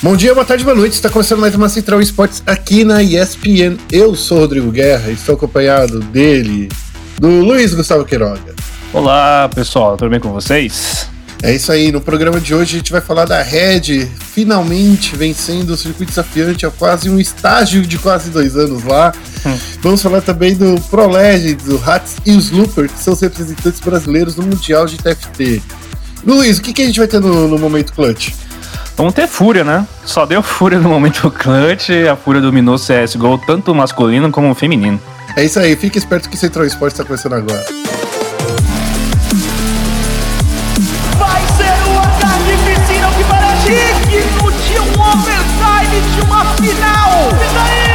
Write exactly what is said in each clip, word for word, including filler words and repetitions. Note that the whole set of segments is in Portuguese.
Bom dia, boa tarde, boa noite. Está começando mais uma Central Esportes aqui na E S P N. Eu sou o Rodrigo Guerra e estou acompanhado dele, do Luiz Gustavo Queiroga. Olá, pessoal, tudo bem com vocês? É isso aí, no programa de hoje a gente vai falar da Red finalmente vencendo o circuito desafiante há quase um estágio de quase dois anos lá. Hum. Vamos falar também do Pro Legends, do Hats e os Looper, que são os representantes brasileiros no Mundial de T F T. Luiz, o que, que a gente vai ter no, no momento clutch? Vamos ter fúria, né? Só deu fúria no momento clutch, a fúria dominou o C S G O, tanto masculino como feminino. É isso aí, fique esperto que Central Esportes está começando agora. Vai ser uma carnificina que parece digno de um overtime de uma final! E daí?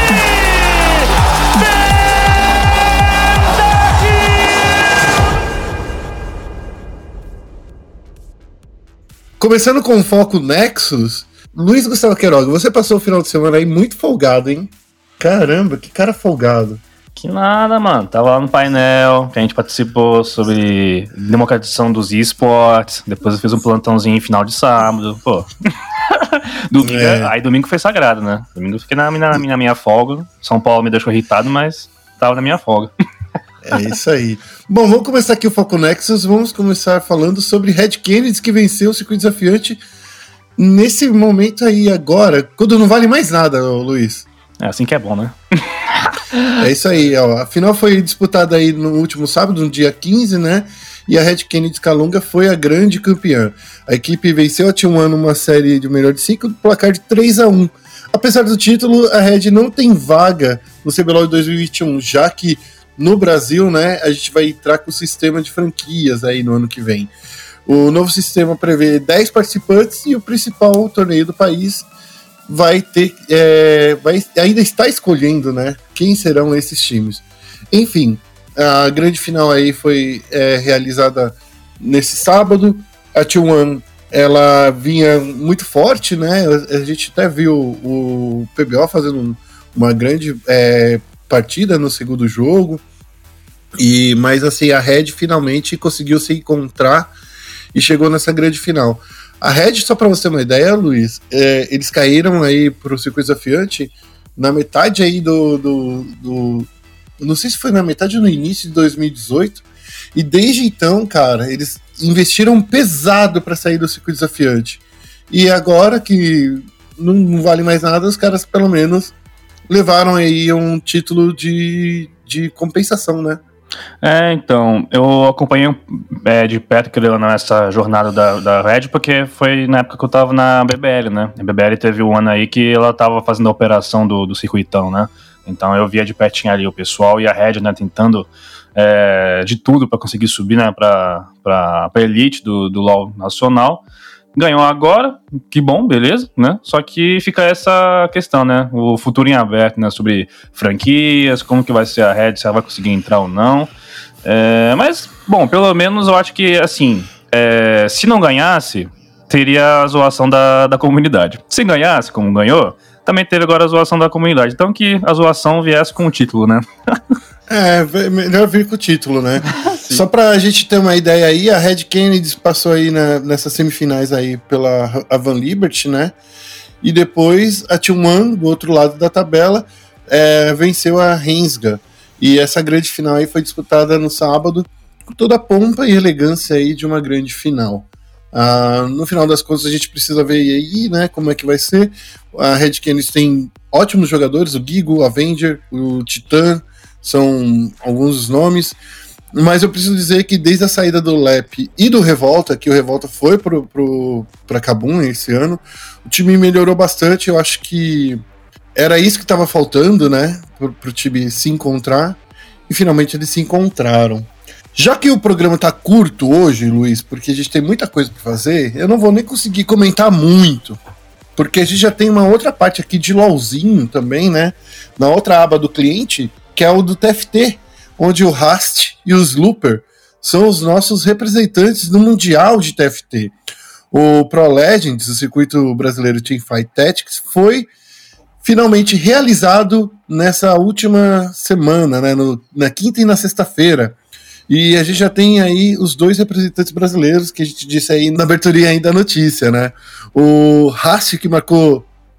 Começando com o foco Nexus, Luiz Gustavo Queiroga, você passou o final de semana aí muito folgado, hein? Caramba, que cara folgado. Que nada, mano. Tava lá no painel que a gente participou sobre democratização dos esportes. Depois eu fiz um plantãozinho em final de sábado. Pô. domingo, é. Aí domingo foi sagrado, né? Domingo eu fiquei na, na, na minha folga. São Paulo me deixou irritado, mas tava na minha folga. É isso aí. Bom, vamos começar aqui o Foco Nexus. Vamos começar falando sobre Red Kennedy, que venceu o circuito desafiante nesse momento aí agora, quando não vale mais nada, Luiz. É assim que é bom, né? É isso aí, ó. A final foi disputada aí no último sábado, no dia quinze, né? E a Red Kennedy Calunga foi a grande campeã. A equipe venceu a T um numa série de melhor de cinco, placar de três a um. Apesar do título, a Red não tem vaga no C B L O L de dois mil e vinte e um, já que no Brasil, né, a gente vai entrar com o sistema de franquias aí no ano que vem. O novo sistema prevê dez participantes e o principal torneio do país vai ter, é, vai, ainda está escolhendo, né, quem serão esses times. Enfim, a grande final aí foi é, realizada nesse sábado. A T um ela vinha muito forte, né, a gente até viu o P B O fazendo uma grande é, partida no segundo jogo, e mas assim, a Red finalmente conseguiu se encontrar e chegou nessa grande final. A Red, só para você ter uma ideia, Luiz, é, eles caíram aí pro circuito desafiante na metade aí do, do, do... Não sei se foi na metade ou no início de dois mil e dezoito, e desde então, cara, eles investiram pesado para sair do circuito desafiante. E agora que não, não vale mais nada, os caras pelo menos levaram aí um título de, de compensação, né? É, então, eu acompanhei é, de perto, creio, nessa jornada da, da Red, porque foi na época que eu tava na B B L, né? A B B L teve um ano aí que ela tava fazendo a operação do, do circuitão, né? Então eu via de pertinho ali o pessoal e a Red, né, tentando é, de tudo para conseguir subir, né, pra, pra, pra elite do, do LoL nacional. Ganhou agora, que bom, beleza, né? Só que fica essa questão, né? O futuro em aberto, né? Sobre franquias, como que vai ser a Red, se ela vai conseguir entrar ou não. É, mas, bom, pelo menos eu acho que, assim, é, se não ganhasse, teria a zoação da, da comunidade. Se ganhasse, como ganhou, também teve agora a zoação da comunidade. Então que a zoação viesse com o título, né? É, melhor vir com o título, né? Só pra gente ter uma ideia aí, a Red Kennedy passou aí na, nessas semifinais aí pela Avan Liberty, né? E depois a T um, do outro lado da tabela, é, venceu a Rensga. E essa grande final aí foi disputada no sábado, com toda a pompa e elegância aí de uma grande final. Ah, no final das contas a gente precisa ver aí, né, como é que vai ser. A Red Kennedy tem ótimos jogadores, o Gigo, o Avenger, o Titã, são alguns dos nomes, mas eu preciso dizer que desde a saída do Lep e do Revolta, que o Revolta foi pro, pro, pra Kabum esse ano, o time melhorou bastante. Eu acho que era isso que estava faltando, né, pro, pro time se encontrar, e finalmente eles se encontraram. Já que o programa tá curto hoje, Luiz, porque a gente tem muita coisa para fazer, eu não vou nem conseguir comentar muito, porque a gente já tem uma outra parte aqui de LOLzinho também, né, na outra aba do cliente, que é o do T F T, onde o Rast e os Looper são os nossos representantes no Mundial de T F T. O Pro Legends, o circuito brasileiro Teamfight Tactics, foi finalmente realizado nessa última semana, né, no, na quinta e na sexta-feira. E a gente já tem aí os dois representantes brasileiros que a gente disse aí na abertura aí da notícia, né? O Rast, que marcou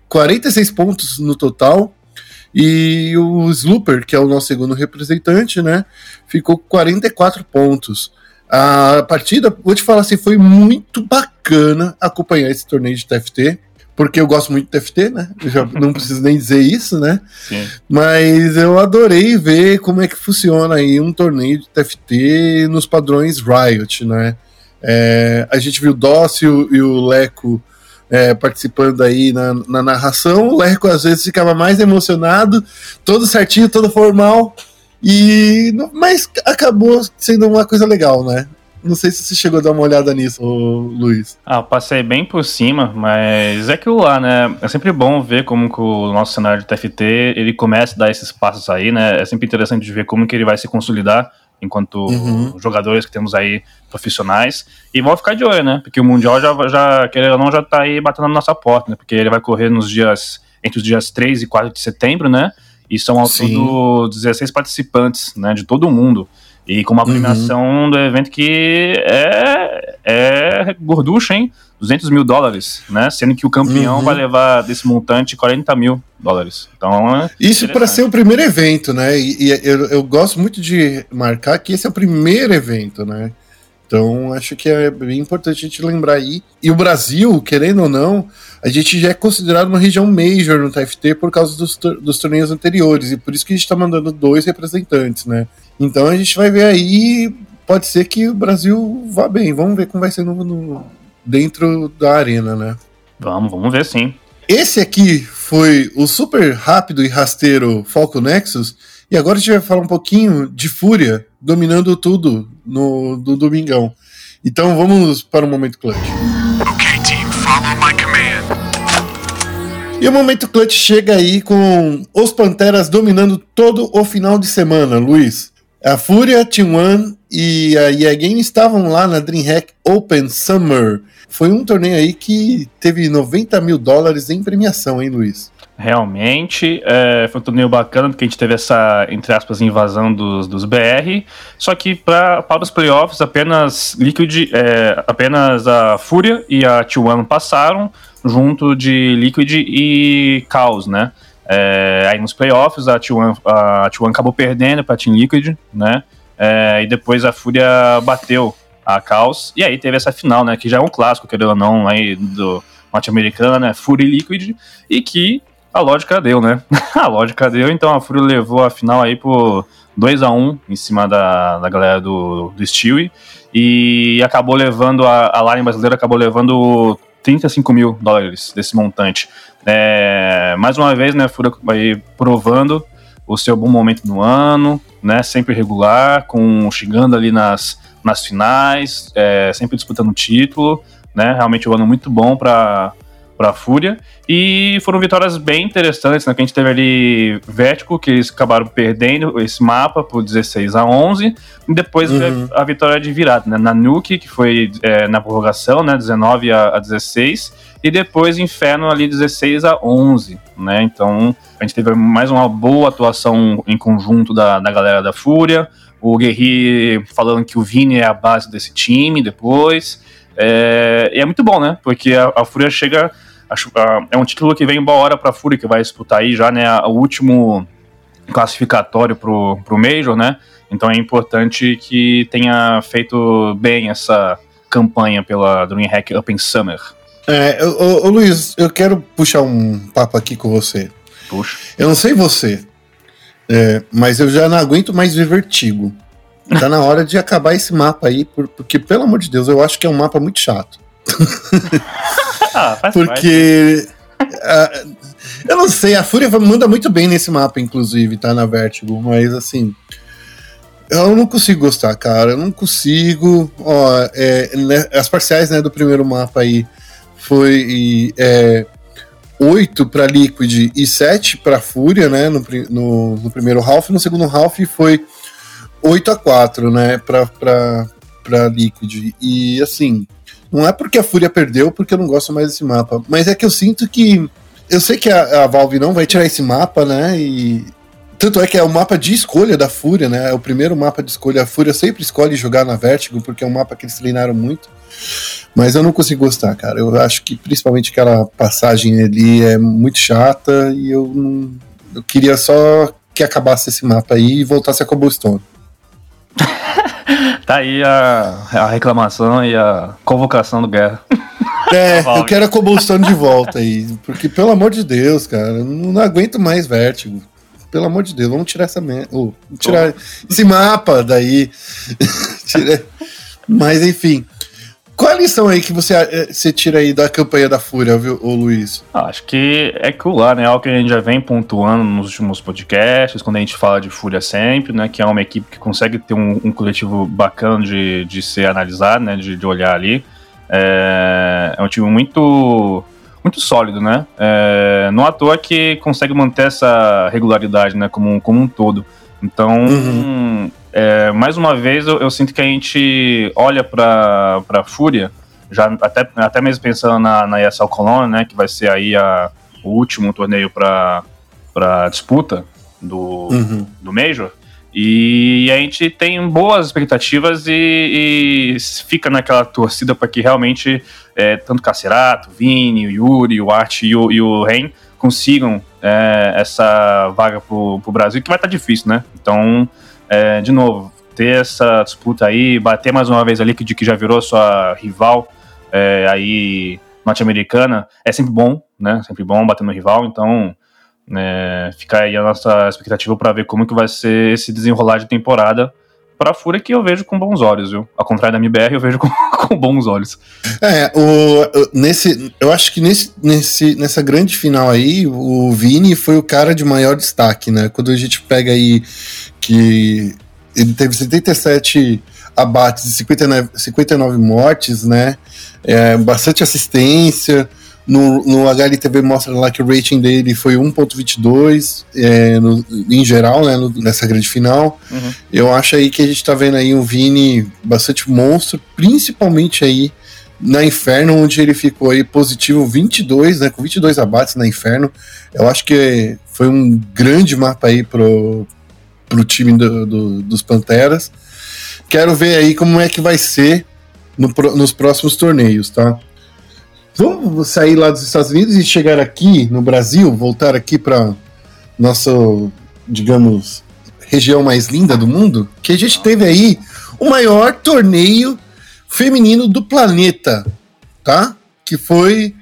quarenta e seis pontos no total. E o Slooper, que é o nosso segundo representante, né, ficou com quarenta e quatro pontos. A partida, vou te falar assim, foi muito bacana acompanhar esse torneio de T F T, porque eu gosto muito de T F T, né? Eu já não preciso nem dizer isso, né? Sim. Mas eu adorei ver como é que funciona aí um torneio de T F T nos padrões Riot, né? É, a gente viu o Dócil e o Leco É, participando aí na, na narração. O Leco às vezes ficava mais emocionado, todo certinho, todo formal, e mas acabou sendo uma coisa legal, né? Não sei se você chegou a dar uma olhada nisso, Luiz. Ah, passei bem por cima, mas é aquilo lá, né? É sempre bom ver como que o nosso cenário de T F T ele começa a dar esses passos aí, né? É sempre interessante de ver como que ele vai se consolidar enquanto uhum. jogadores que temos aí profissionais, e vão ficar de olho, né, porque o Mundial já, já querendo ou não, já tá aí batendo na nossa porta, né, porque ele vai correr nos dias, entre os dias três e quatro de setembro, né, e são ao Sim. todo dezesseis participantes, né, de todo mundo, e com uma premiação uhum. do evento que é, é gorducha, hein, duzentos mil dólares, né? Sendo que o campeão uhum. vai levar desse montante quarenta mil dólares. Então, é isso para ser o primeiro evento, né? E, e eu, eu gosto muito de marcar que esse é o primeiro evento, né? Então, acho que é bem importante a gente lembrar aí. E o Brasil, querendo ou não, a gente já é considerado uma região major no T F T por causa dos, dos torneios anteriores. E por isso que a gente está mandando dois representantes, né? Então, a gente vai ver aí. Pode ser que o Brasil vá bem. Vamos ver como vai ser no, no, dentro da arena, né? Vamos, vamos ver sim. Esse aqui foi o super rápido e rasteiro Falcon Nexus. E agora a gente vai falar um pouquinho de Fúria dominando tudo no, no domingão. Então vamos para o Momento Clutch. Okay, team, follow my command. E o Momento Clutch chega aí com os Panteras dominando todo o final de semana, Luiz. A Fúria, T um e a E A Game estavam lá na DreamHack Open Summer. Foi um torneio aí que teve noventa mil dólares em premiação, hein, Luiz? Realmente, é, foi um torneio bacana, porque a gente teve essa, entre aspas, invasão dos, dos B R, só que pra, para os playoffs, apenas Liquid, é, apenas a Fúria e a T um passaram, junto de Liquid e Chaos, né? É, aí nos playoffs, a T um, a T um acabou perdendo para a Team Liquid, né? É, e depois a Fúria bateu a Chaos, e aí teve essa final, né? Que já é um clássico, querendo ou não, aí do norte-americano, né? Fúria e Liquid, e que a lógica deu, né? A lógica deu, então a Fúria levou a final aí por dois a um em cima da, da galera do, do Stewie, e acabou levando, a, a Line brasileira acabou levando trinta e cinco mil dólares desse montante. É, mais uma vez, né, a Fúria aí provando o seu bom momento no ano, né, sempre regular, com, chegando ali nas, nas finais, é, sempre disputando o título, né, realmente um ano muito bom para para a Fúria, e foram vitórias bem interessantes, né, que a gente teve ali Vertigo, que eles acabaram perdendo esse mapa por dezesseis a onze, e depois uhum. a, a vitória de virada, né, na Nuke, que foi é, na prorrogação, né, dezenove a dezesseis, e depois Inferno ali dezesseis a onze, né, então a gente teve mais uma boa atuação em conjunto da, da galera da Fúria, o Guerri falando que o Vini é a base desse time depois, é, e é muito bom, né, porque a, a Fúria chega... Acho, uh, é um título que vem em boa hora para a Fúria, que vai disputar aí já, né, o último classificatório pro, pro Major, né? Então é importante que tenha feito bem essa campanha pela DreamHack Open Summer. É, ô, ô, Luiz, eu quero puxar um papo aqui com você. Puxa. Eu não sei você, é, mas eu já não aguento mais ver Vertigo. Tá na hora de acabar esse mapa aí, porque, pelo amor de Deus, eu acho que é um mapa muito chato. Ah, faz porque a, eu não sei, a Fúria manda muito bem nesse mapa, inclusive, tá, na Vertigo, mas assim, eu não consigo gostar, cara, eu não consigo. Ó, é, né, as parciais, né, do primeiro mapa aí foi é, oito pra Liquid e sete pra Fúria, né, no, no, no primeiro half, no segundo half foi oito a quatro, né, pra, pra, pra Liquid, e assim, não é porque a Fúria perdeu, porque eu não gosto mais desse mapa, mas é que eu sinto que, eu sei que a, a Valve não vai tirar esse mapa, né, e tanto é que é o mapa de escolha da Fúria, né, é o primeiro mapa de escolha. A Fúria sempre escolhe jogar na Vertigo, porque é um mapa que eles treinaram muito, Mas eu não consigo gostar, cara. Eu acho que principalmente aquela passagem ali é muito chata e eu não. Eu queria só que acabasse esse mapa aí e voltasse a Cobblestone. Tá aí a, a reclamação e a convocação do Guerra. É, eu quero a Cobblestone de volta aí. Porque, pelo amor de Deus, cara, eu não aguento mais Vértigo. Pelo amor de Deus, vamos tirar essa merda. Oh, tirar esse mapa daí. Mas, enfim. Qual a lição aí que você, você tira aí da campanha da Fúria, viu, ô Luiz? Ah, acho que é aquilo lá, né? Algo que a gente já vem pontuando nos últimos podcasts, quando a gente fala de Fúria sempre, né? Que é uma equipe que consegue ter um, um coletivo bacana de, de ser analisado, né? De, de olhar ali. É, é um time muito, muito sólido, né? É, não à toa que consegue manter essa regularidade, né? Como, como um todo. Então... Uhum. É, mais uma vez eu, eu sinto que a gente olha para a Fúria, já até, até mesmo pensando na, na E S L Cologne, né, que vai ser aí a, o último torneio para disputa do, uhum. do Major, e a gente tem boas expectativas e, e fica naquela torcida para que realmente é, tanto o Cacerato, o Vini, o Yuri, o Art e o, e o Ren consigam é, essa vaga para o Brasil, que vai estar difícil, né? Então... É, de novo, ter essa disputa aí, bater mais uma vez ali que, de que já virou sua rival é, aí norte-americana, é sempre bom, né? Sempre bom bater no rival, então é, fica aí a nossa expectativa para ver como que vai ser esse desenrolar de temporada para a Fúria, que eu vejo com bons olhos, viu? Ao contrário da M B R, eu vejo com, com bons olhos. É, o, nesse, eu acho que nesse, nesse, nessa grande final aí, o Vini foi o cara de maior destaque, né? Quando a gente pega aí que ele teve setenta e sete abates e cinquenta e nove, cinquenta e nove mortes, né? É, bastante assistência. No, no H L T V mostra lá que o rating dele foi um ponto vinte e dois é, no, em geral, né, no, nessa grande final. Uhum. Eu acho aí que a gente tá vendo aí um Vini bastante monstro, principalmente aí na Inferno, onde ele ficou aí positivo vinte e dois, né, com vinte e dois abates na Inferno. Eu acho que foi um grande mapa aí pro, pro time do, do, dos Panteras. Quero ver aí como é que vai ser no, nos próximos torneios, tá? Vamos sair lá dos Estados Unidos e chegar aqui no Brasil, voltar aqui para nossa, digamos, região mais linda do mundo, que a gente teve aí o maior torneio feminino do planeta, tá? Que foi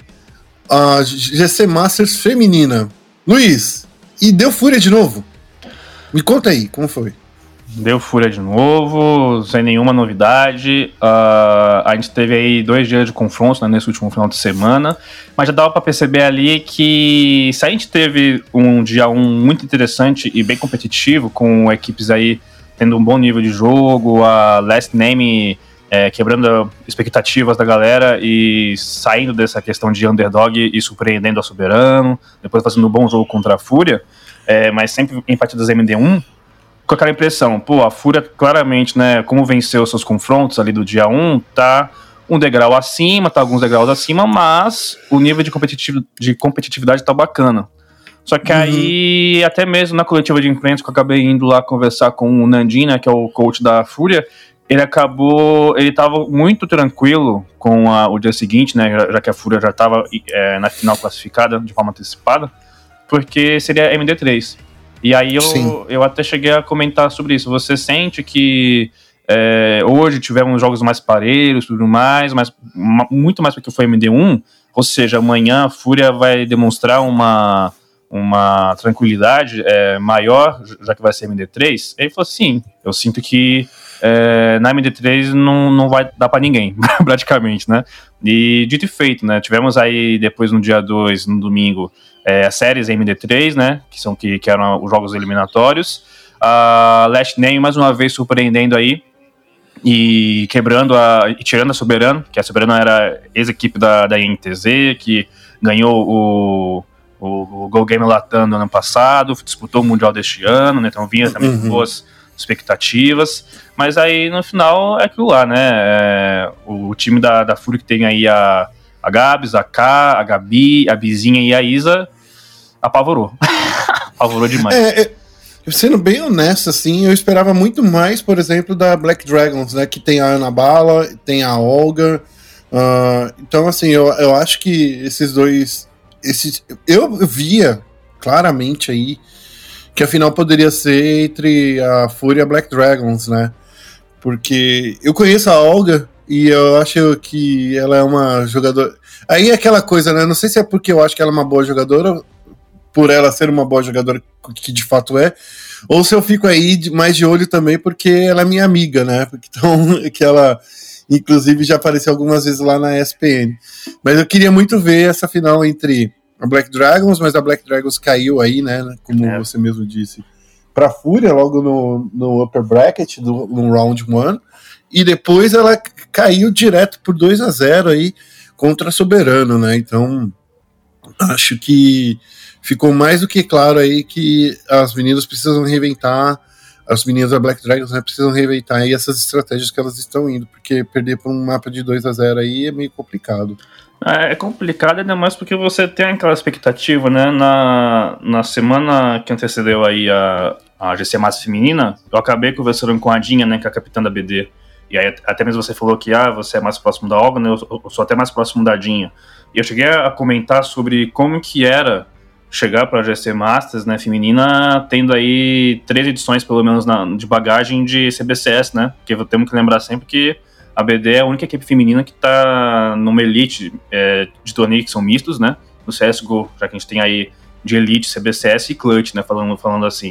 a G C Masters feminina. Luiz, e deu Fúria de novo? Me conta aí, como foi? Deu Fúria de novo, sem nenhuma novidade. Uh, a gente teve aí dois dias de confronto, né, nesse último final de semana, mas já dava para perceber ali que se a gente teve um dia um muito interessante e bem competitivo, com equipes aí tendo um bom nível de jogo, a Last Name é, quebrando expectativas da galera e saindo dessa questão de underdog e surpreendendo a Soberano, depois fazendo um bom jogo contra a Fúria, é, mas sempre em partidas M D um, com aquela impressão, pô, a Fúria claramente, né, como venceu seus confrontos ali do dia um, tá um degrau acima, tá alguns degraus acima, mas o nível de, competitiv- de competitividade tá bacana. Só que uhum. aí, até mesmo na coletiva de imprensa, que eu acabei indo lá conversar com o Nandin, né, que é o coach da Fúria, ele acabou, ele tava muito tranquilo com a, o dia seguinte, né, já, já que a Fúria já tava é, na final classificada de forma antecipada, porque seria M D três. E aí eu, eu até cheguei a comentar sobre isso. Você sente que é, hoje tivemos jogos mais parelhos, tudo mais, mas uma, muito mais porque foi M D um, ou seja, amanhã a Fúria vai demonstrar uma, uma tranquilidade é, maior, já que vai ser M D três? Ele falou assim, eu sinto que é, na M D três não, não vai dar pra ninguém, praticamente, né? E dito e feito, né? Tivemos aí depois no dia dois, no domingo, É, as séries M D três, né, que, são, que, que eram os jogos eliminatórios. A uh, Last Name, mais uma vez, surpreendendo aí e quebrando a, e tirando a Soberano, que a Soberano era ex-equipe da, da I N T Z, que ganhou o, o, o Go Game Latam no ano passado, disputou o Mundial deste ano, né, então vinha também com uhum. boas expectativas, mas aí no final é aquilo lá, né, é, o time da, da Fúria que tem aí a, a Gabs, a K, a Gabi, a Bizinha e a Isa, apavorou. Apavorou demais. É, é, sendo bem honesto, assim, eu esperava muito mais, por exemplo, da Black Dragons, né? Que tem a Ana Bala, tem a Olga, Uh, então, assim, eu, eu acho que esses dois... Esses, eu via claramente aí que a final poderia ser entre a Fúria e a Black Dragons, né? Porque eu conheço a Olga e eu acho que ela é uma jogadora... Aí é aquela coisa, né? Não sei se é porque eu acho que ela é uma boa jogadora, por ela ser uma boa jogadora, que de fato é, ou se eu fico aí de, mais de olho também porque ela é minha amiga, né? Então, que ela, inclusive, já apareceu algumas vezes lá na E S P N. Mas eu queria muito ver essa final entre a Black Dragons, mas a Black Dragons caiu aí, né? Como é. você mesmo disse, pra Fúria, logo no, no upper bracket, do, no round one, e depois ela caiu direto por dois a zero aí contra a Soberano, né? Então, acho que ficou mais do que claro aí que as meninas precisam reinventar, as meninas da Black Dragons, né, precisam reinventar aí essas estratégias que elas estão indo, porque perder por um mapa de dois a zero aí é meio complicado. É complicado, ainda mais porque você tem aquela expectativa, né? Na, na semana que antecedeu aí a, a G C Masters feminina, eu acabei conversando com a Dinha, né, que é a capitã da B D. E aí até mesmo você falou que ah, você é mais próximo da Olga, né? Eu, eu sou até mais próximo da Dinha. E eu cheguei a comentar sobre como que era chegar para a G C Masters, né, feminina, tendo aí três edições, pelo menos, na, de bagagem de C B C S, né? Porque temos que lembrar sempre que a B D é a única equipe feminina que está numa elite é, de torneio que são mistos, né? No C S G O, já que a gente tem aí de elite, C B C S e clutch, né? Falando, falando assim.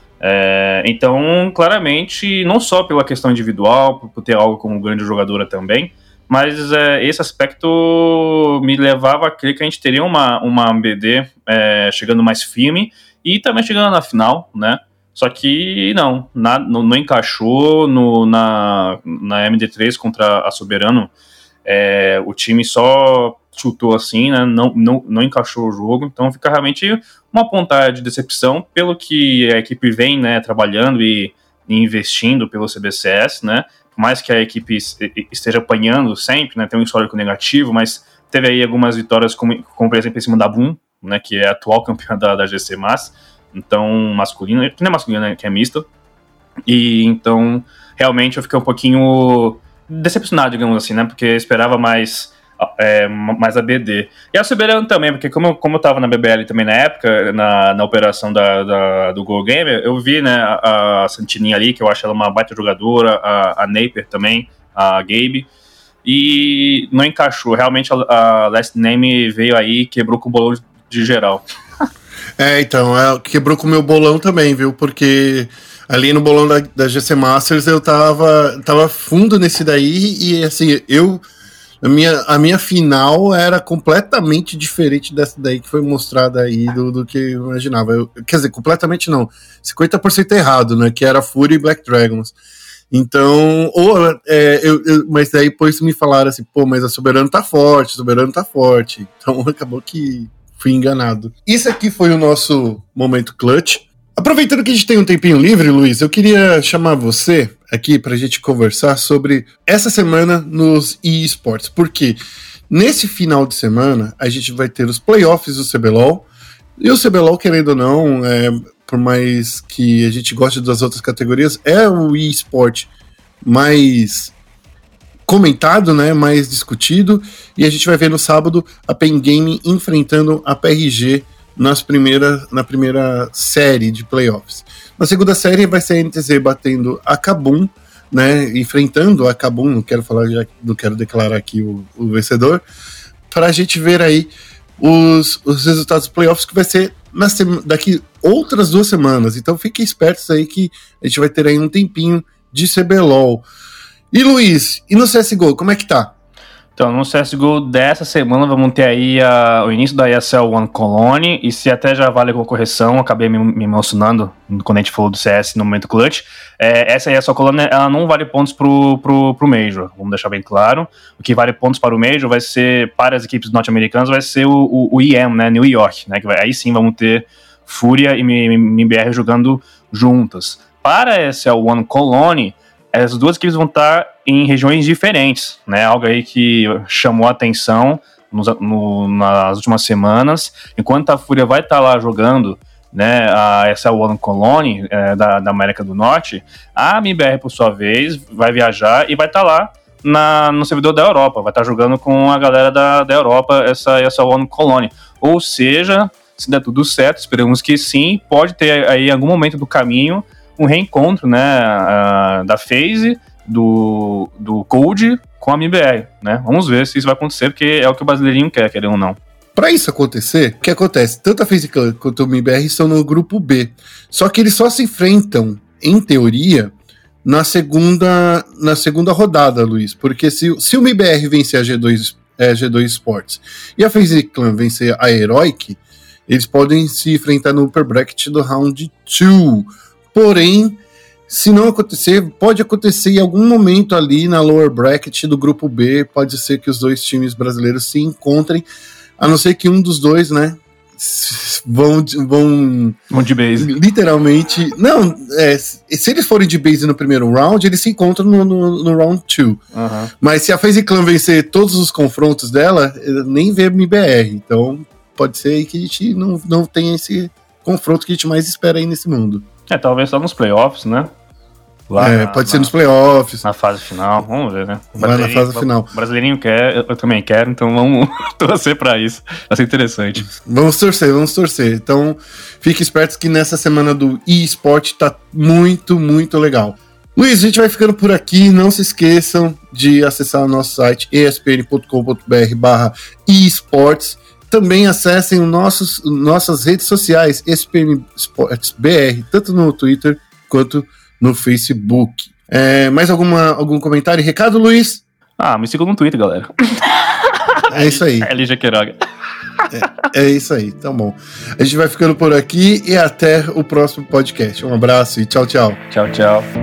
É, então, claramente, não só pela questão individual, por ter algo como grande jogadora também, mas é, esse aspecto me levava a crer que a gente teria uma, uma B D é, chegando mais firme e também chegando na final, né? Só que não, na, não, não encaixou no, na, na M D três contra a Soberano. É, o time só chutou assim, né? não, não, não encaixou o jogo, então fica realmente uma pontada de decepção pelo que a equipe vem, né, trabalhando e, e investindo pelo C B C S, né? Por mais que a equipe esteja apanhando sempre, né, tem um histórico negativo, mas teve aí algumas vitórias, como, como por exemplo em cima da Boom, né, que é a atual campeã da, da G C Masters, então masculina, que não é masculina, né, que é mista, e então realmente eu fiquei um pouquinho decepcionado, digamos assim, né, porque eu esperava mais, é, mais a B D. E a Soberano também, porque como eu, como eu tava na B B L também na época, na, na operação da, da, do Go Gamer, eu vi, né, a, a Santininha ali, que eu acho ela uma baita jogadora, a, a Napier também, a Gabe, e não encaixou. Realmente a, a Last Name veio aí e quebrou com o bolão de geral. É, então, é, quebrou com o meu bolão também, viu, porque ali no bolão da, da G C Masters eu tava, tava fundo nesse daí e, assim, eu... A minha, a minha final era completamente diferente dessa daí que foi mostrada aí do, do que eu imaginava. Eu, quer dizer, completamente não. cinquenta por cento errado, né? Que era Fúria e Black Dragons. Então, ou, é, eu, eu, mas daí depois me falaram assim, pô, mas a Soberano tá forte, a Soberano tá forte. Então acabou que fui enganado. Isso aqui foi o nosso momento clutch. Aproveitando que a gente tem um tempinho livre, Luiz, eu queria chamar você aqui pra gente conversar sobre essa semana nos eSports, porque nesse final de semana a gente vai ter os playoffs do C B L O L, e o C B L O L, querendo ou não, é, por mais que a gente goste das outras categorias, é o eSport mais comentado, né, mais discutido, e a gente vai ver no sábado a Pen Game enfrentando a P R G nas primeira, na primeira série de playoffs. Na segunda série vai ser a N T Z batendo a Kabum, né, enfrentando a Kabum, não quero falar, já não quero declarar aqui o, o vencedor, para a gente ver aí os, os resultados dos playoffs, que vai ser na sema, daqui outras duas semanas. Então fiquem espertos aí que a gente vai ter aí um tempinho de C B L O L. E Luiz, e no C S G O, como é que tá? Então, no C S G O dessa semana vamos ter aí a, o início da E S L One Colony, e se até já vale com correção, acabei me, me emocionando quando a gente falou do C S no momento clutch, é, essa E S L Colony, ela não vale pontos pro, pro, pro Major, vamos deixar bem claro. O que vale pontos para o Major vai ser, para as equipes norte-americanas, vai ser o, o, o I E M, né, New York, né, que vai, aí sim vamos ter Fúria e M B R jogando juntas. Para a E S L One Colony, as duas equipes vão estar em regiões diferentes, né? Algo aí que chamou a atenção nos, no, nas últimas semanas. Enquanto a Fúria vai estar lá jogando, né, a E S L One Colony é, da, da América do Norte, a M B R, por sua vez, vai viajar e vai estar lá na, no servidor da Europa, vai estar jogando com a galera da, da Europa, essa, essa One Colony. Ou seja, se der tudo certo, esperamos que sim, pode ter aí em algum momento do caminho um reencontro, né, uh, da FaZe, do, do Cold com a M B R, né? Vamos ver se isso vai acontecer, porque é o que o brasileirinho quer, querendo ou não. Para isso acontecer, o que acontece? Tanto a FaZe Clan quanto o M B R estão no grupo B. Só que eles só se enfrentam, em teoria, na segunda, na segunda rodada, Luiz. Porque se, se o M B R vencer a G dois, é, G dois Sports e a FaZe Clan vencer a Heroic, eles podem se enfrentar no Upper Bracket do Round dois. Porém, se não acontecer, pode acontecer em algum momento ali na Lower Bracket do grupo B. Pode ser que os dois times brasileiros se encontrem, a não ser que um dos dois, né, vão, vão, vão de base. Literalmente, não, é, se eles forem de base no primeiro round, eles se encontram no, no, no round dois. Uhum. Mas se a FaZe Clan vencer todos os confrontos dela, nem vê M B R. Então pode ser aí que a gente não, não tenha esse confronto que a gente mais espera aí nesse mundo. É, talvez só nos playoffs, né? Lá é, na, pode na, ser nos playoffs. Na fase final, vamos ver, né? Lá na fase final. O brasileirinho quer, eu também quero, então vamos torcer pra isso. Vai ser interessante. Vamos torcer, vamos torcer. Então, fique espertos que nessa semana do eSport tá muito, muito legal. Luiz, a gente vai ficando por aqui. Não se esqueçam de acessar o nosso site e s p n ponto com ponto b r barra esports. Também acessem os nossos, nossas redes sociais, E S P N Sports B R, tanto no Twitter quanto no Facebook. É, mais alguma, algum comentário e recado, Luiz? Ah, me sigam no Twitter, galera. É isso aí. É Lígia Queiroga. É, é isso aí, então bom. A gente vai ficando por aqui e até o próximo podcast. Um abraço e tchau, tchau. Tchau, tchau.